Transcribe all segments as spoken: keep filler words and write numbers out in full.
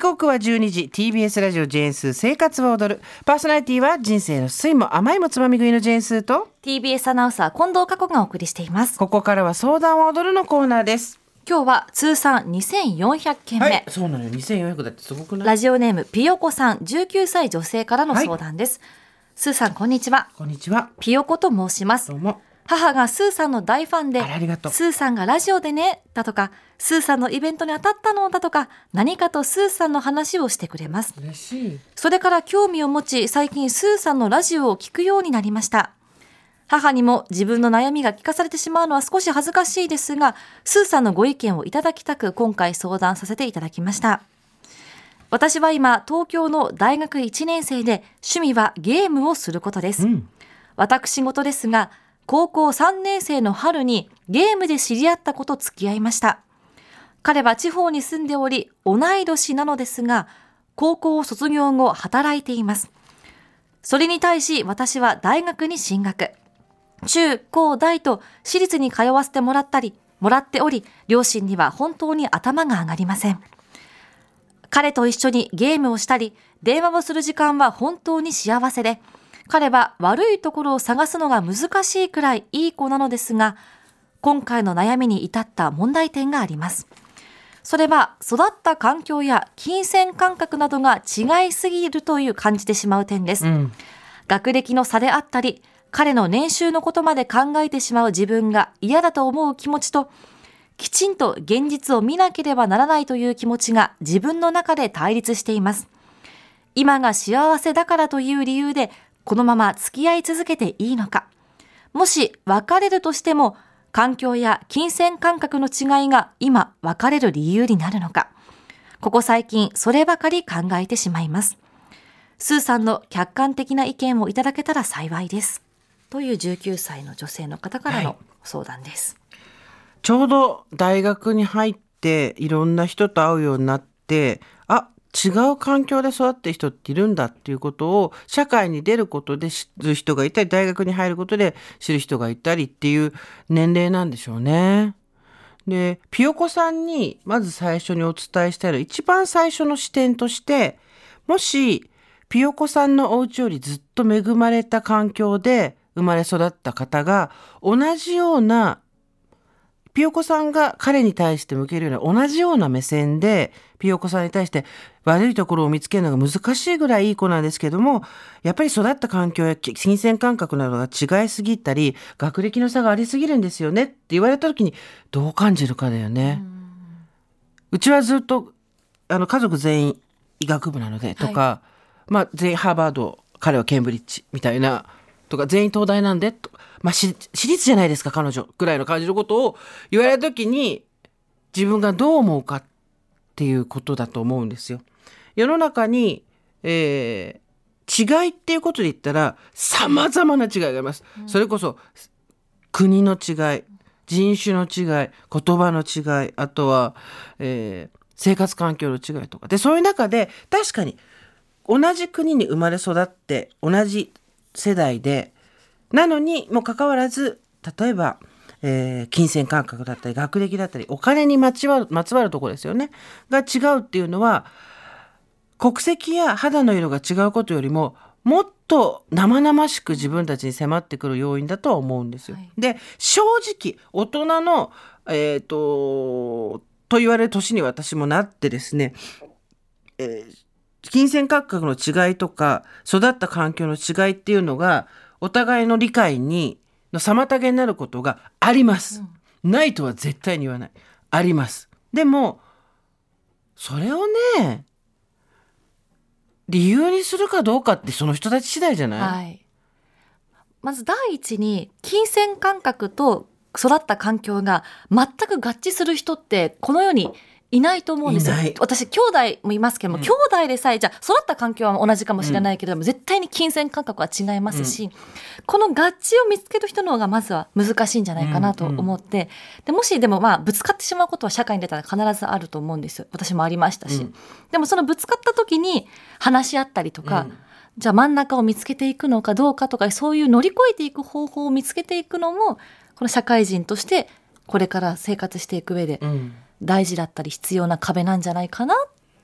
刻はじゅうにじ、 ティービーエス ラジオジェーンスー生活は踊る。パーソナリティは人生の酸いも甘いもつまみ食いのジェーンスーとティービーエス アナウンサー近藤佳子がお送りしています。 ここからは相談は踊るのコーナーです。 今日は通算にせんよんひゃくけんめ、 はい、そうなのよ。にせんよんひゃくだってすごくない？ ラジオネームピヨコさん、じゅうきゅうさい女性からの相談です、はい、スーさんこんにちは。 こんにちは。 ピヨコと申します。 どうも。 母がスーさんの大ファンで、 あら、ありがとう。 スーさんがラジオでねだとか、スーさんのイベントに当たったのだとか、何かとスーさんの話をしてくれます。 嬉しい。 それから興味を持ち、最近スーさんのラジオを聞くようになりました。母にも自分の悩みが聞かされてしまうのは少し恥ずかしいですが、スーさんのご意見をいただきたく、今回相談させていただきました。私は今東京の大学いちねん生で、趣味はゲームをすることです、うん、私事ですが、高校さんねん生の春にゲームで知り合った子と付き合いました。彼は地方に住んでおり、同い年なのですが、高校を卒業後働いています。それに対し私は大学に進学、中高大と私立に通わせてもらったりもらっており、両親には本当に頭が上がりません。彼と一緒にゲームをしたり電話をする時間は本当に幸せで、彼は悪いところを探すのが難しいくらいいい子なのですが、今回の悩みに至った問題点があります。それは育った環境や金銭感覚などが違いすぎるという感じてしまう点です、うん、学歴の差であったり、彼の年収のことまで考えてしまう自分が嫌だと思う気持ちと、きちんと現実を見なければならないという気持ちが自分の中で対立しています。今が幸せだからという理由でこのまま付き合い続けていいのか、もし別れるとしても環境や金銭感覚の違いが今別れる理由になるのか、ここ最近そればかり考えてしまいます。スーさんの客観的な意見をいただけたら幸いです、というじゅうきゅうさいの女性の方からの相談です、はい、 ちょうど大学に入っていろんな人と会うようになって、あ、違う環境で育ってる人っているんだっていうことを社会に出ることで知る人がいたり、大学に入ることで知る人がいたりっていう年齢なんでしょうね。で、ピヨコさんにまず最初にお伝えしたいのは、一番最初の視点として、もしピヨコさんのお家よりずっと恵まれた環境で生まれ育った方が同じような、ピヨコさんが彼に対して向けるような同じような目線でピヨコさんに対して悪いところを見つけるのが難しいぐらいいい子なんですけども、やっぱり育った環境や金銭感覚などが違いすぎたり、学歴の差がありすぎるんですよねって言われた時にどう感じるかだよね。う, うちはずっとあの家族全員医学部なのでとか、はい、まあ、全員ハーバード、彼はケンブリッジみたいなとか、全員東大なんでとか、まあ、私立じゃないですか彼女ぐらいの感じのことを言われた時に、自分がどう思うかっていうことだと思うんですよ。世の中に、えー、違いっていうことで言ったら様々な違いがあります、うん、それこそ国の違い、人種の違い、言葉の違い、あとは、えー、生活環境の違いとかで、そういう中で確かに同じ国に生まれ育って同じ世代でなのにもかかわらず、例えば、えー、金銭感覚だったり学歴だったりお金にまつわる、まつわるところですよねが違うっていうのは、国籍や肌の色が違うことよりももっと生々しく自分たちに迫ってくる要因だとは思うんですよ、はい、で、正直大人の、えーと、と言われる年に私もなってですね、えー金銭感覚の違いとか育った環境の違いっていうのがお互いの理解にの妨げになることがあります、うん、ないとは絶対に言わない、あります。でもそれをね理由にするかどうかってその人たち次第じゃない、はい、 まず第一に金銭感覚と育った環境が全く合致する人ってこの世にいないと思うんですよ。私兄弟もいますけども、うん、兄弟でさえじゃあ育った環境は同じかもしれないけれども、うん、絶対に金銭感覚は違いますし、うん、この合致を見つける人の方がまずは難しいんじゃないかなと思って、うんうん、でもしでもまあぶつかってしまうことは社会に出たら必ずあると思うんですよ。私もありましたし、うん、でもそのぶつかった時に話し合ったりとか、うん、じゃあ真ん中を見つけていくのかどうかとか、そういう乗り越えていく方法を見つけていくのもこの社会人としてこれから生活していく上で、うん、大事だったり必要な壁なんじゃないかなっ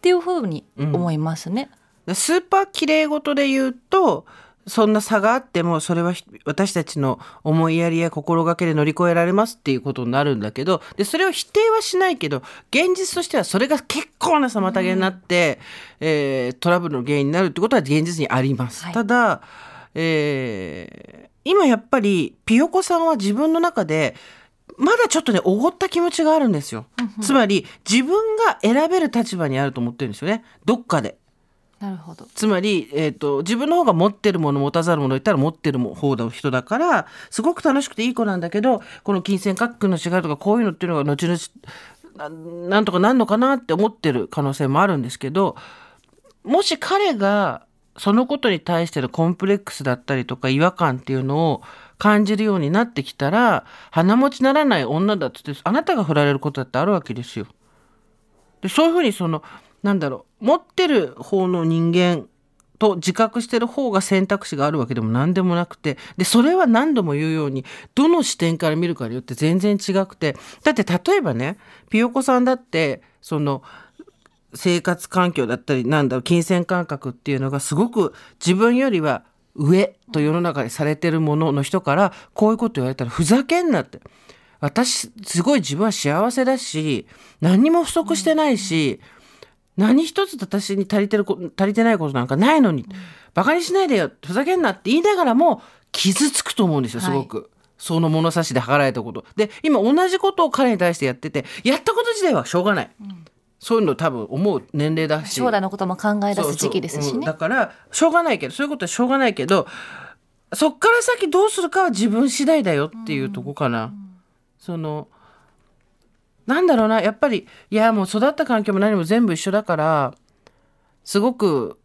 っていうふうに思いますね、 うん、スーパー綺麗事で言うとそんな差があってもそれは私たちの思いやりや心がけで乗り越えられますっていうことになるんだけど、でそれを否定はしないけど現実としてはそれが結構な妨げになって、うんえー、トラブルの原因になるってことは現実にあります、はい、ただ、えー、今やっぱりピヨコさんは自分の中でまだちょっとねおごった気持ちがあるんですよ、うんうん、つまり自分が選べる立場にあると思ってるんですよね、どっかで。 なるほど。 つまり、えーと、自分の方が持ってるもの持たざるもの言ったら持ってる方の人だからすごく楽しくていい子なんだけど、この金銭価格の違いとかこういうのっていうのが後々 な, なんとかなんのかなって思ってる可能性もあるんですけど、もし彼がそのことに対してのコンプレックスだったりとか違和感っていうのを感じるようになってきたら、鼻持ちならない女だって言ってあなたが振られることだってあるわけですよ。でそういうふうにそのなんだろう持ってる方の人間と自覚してる方が選択肢があるわけでも何でもなくて、でそれは何度も言うようにどの視点から見るかによって全然違くて、だって例えばねピヨコさんだってその生活環境だったりなんだろう金銭感覚っていうのがすごく自分よりは上と世の中にされてるものの人からこういうこと言われたらふざけんなって、私すごい自分は幸せだし何にも不足してないし、何一つ私に足りてる足りてないことなんかないのに、バカにしないでよふざけんなって言いながらも傷つくと思うんですよすごく、はい、その物差しで測られたことで今同じことを彼に対してやっててやったこと自体はしょうがない、うん、そういうの多分思う年齢だし将来のことも考え出す時期ですしね。 そうそう、うん、だからしょうがないけどそういうことはしょうがないけどそっから先どうするかは自分次第だよっていうとこかな、うん、そのなんだろうなやっぱりいやもう育った環境も何も全部一緒だからすごく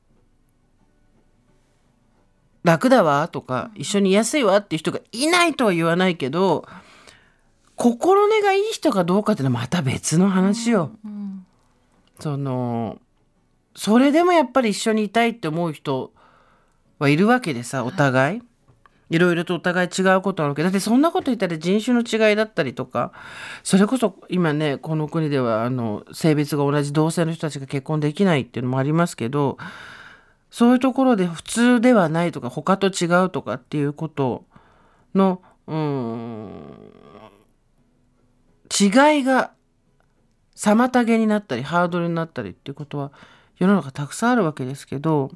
楽だわとか一緒にいやすいわっていう人がいないとは言わないけど、心根がいい人かどうかっていうのはまた別の話よ、うんうん、そのそれでもやっぱり一緒にいたいって思う人はいるわけでさ、お互い、はいいろいろとお互い違うことあるわけだって、そんなこと言ったら人種の違いだったりとか、それこそ今ねこの国ではあの性別が同じ同性の人たちが結婚できないっていうのもありますけど、そういうところで普通ではないとか他と違うとかっていうことのうーん違いが妨げになったりハードルになったりっていうことは世の中たくさんあるわけですけど、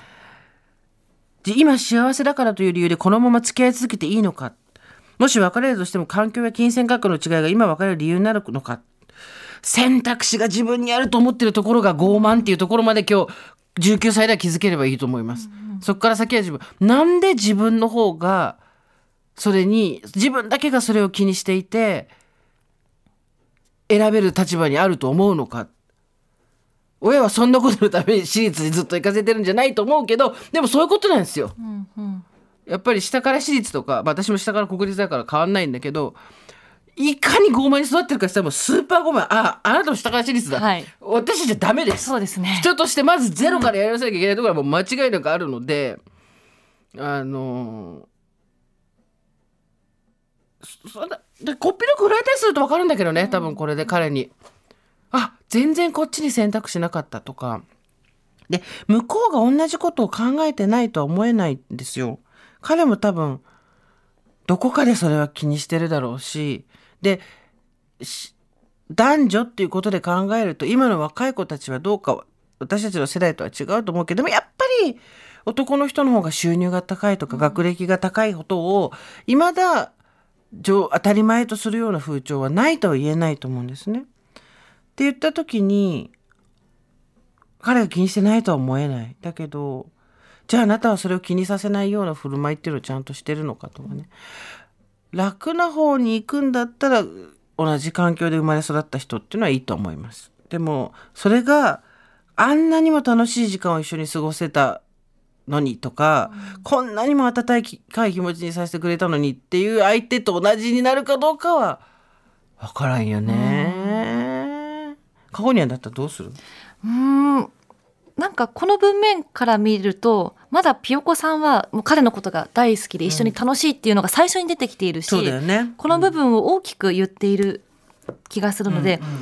今幸せだからという理由でこのまま付き合い続けていいのか、もし別れるとしても環境や金銭価格の違いが今別れる理由になるのか、選択肢が自分にあると思っているところが傲慢っていうところまで今日じゅうきゅうさいでは気づければいいと思います、うんうん、そこから先は自分なんで自分の方がそれに自分だけがそれを気にしていて選べる立場にあると思うのか。親はそんなことのために私立にずっと行かせてるんじゃないと思うけど、でもそういうことなんですよ、うんうん、やっぱり下から私立とか、まあ、私も下から国立だから変わんないんだけど、いかに傲慢に育ってるかしたらもうスーパー傲慢、ああなたも下から私立だ、はい、私じゃダメです。 そうですね、 人としてまずゼロからやりなさなきゃいけないところはもう間違いなくあるので、あのそでこっぴどく振られたりすると分かるんだけどね、多分これで彼にあ全然こっちに選択しなかったとかで、向こうが同じことを考えてないとは思えないんですよ。彼も多分どこかでそれは気にしてるだろうし、で男女っていうことで考えると今の若い子たちはどうか私たちの世代とは違うと思うけども、やっぱり男の人の方が収入が高いとか学歴が高いことを未だ当たり前とするような風潮はないとは言えないと思うんですね。って言った時に彼が気にしてないとは思えない。だけどじゃああなたはそれを気にさせないような振る舞いっていうのをちゃんとしてるのかとかね、楽な方に行くんだったら同じ環境で生まれ育った人っていうのはいいと思います。でもそれがあんなにも楽しい時間を一緒に過ごせたのにとか、うん、こんなにも温かい気持ちにさせてくれたのにっていう相手と同じになるかどうかは分からんよね、うん、過去にはだったらどうする？ うーんなんかこの文面から見るとまだピヨコさんはもう彼のことが大好きで一緒に楽しいっていうのが最初に出てきているし、 うんそうだよね、 この部分を大きく言っている気がするので、うんうん、本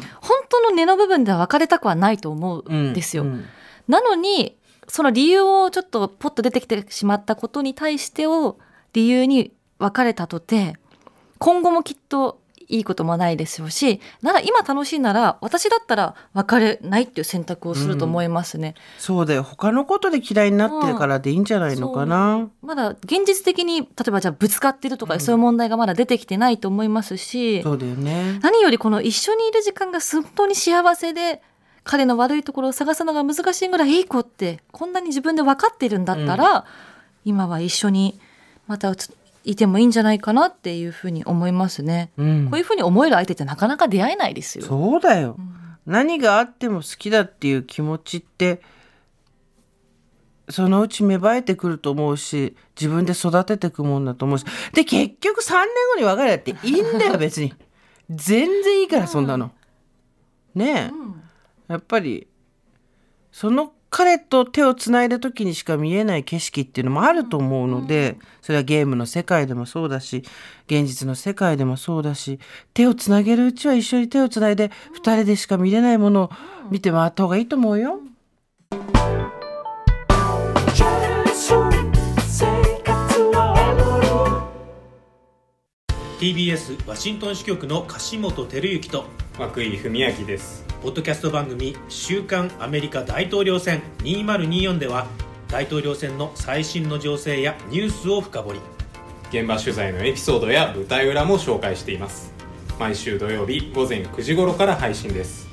当の根の部分では別れたくはないと思うんですよ、 うんうん、 なのにその理由をちょっとポッと出てきてしまったことに対してを理由に別れたとて今後もきっといいこともないでしょうし、なら今楽しいなら私だったら別れないっていう選択をすると思いますね、 うん、そうだよ、他のことで嫌いになってるからでいいんじゃないのかな、うん、 まだ現実的に例えばじゃあぶつかってるとか、うん、そういう問題がまだ出てきてないと思いますし、 そうだよね、 何よりこの一緒にいる時間が本当に幸せで彼の悪いところを探すのが難しいぐらいいい子ってこんなに自分で分かってるんだったら、うん、今は一緒にまたいてもいいんじゃないかなっていうふうに思いますね、うん、こういうふうに思える相手ってなかなか出会えないですよ。 そうだよ、うん、何があっても好きだっていう気持ちってそのうち芽生えてくると思うし、自分で育てていくもんだと思うし、で結局さんねんごに別れたっていいんだよ別に全然いいからそんなの、うん、ねえ、うん、やっぱりその彼と手をつないだ時にしか見えない景色っていうのもあると思うので、それはゲームの世界でもそうだし現実の世界でもそうだし、手をつなげるうちは一緒に手をつないでふたりでしか見れないものを見て回った方がいいと思うよ。 ティービーエス ワシントン支局の樫本照之と涌井文明です。 ポッドキャスト番組週刊アメリカ大統領選にせんにじゅうよんでは大統領選の最新の情勢やニュースを深掘り、 現場取材のエピソードや舞台裏も紹介しています。毎週土曜日午前くじ頃から配信です。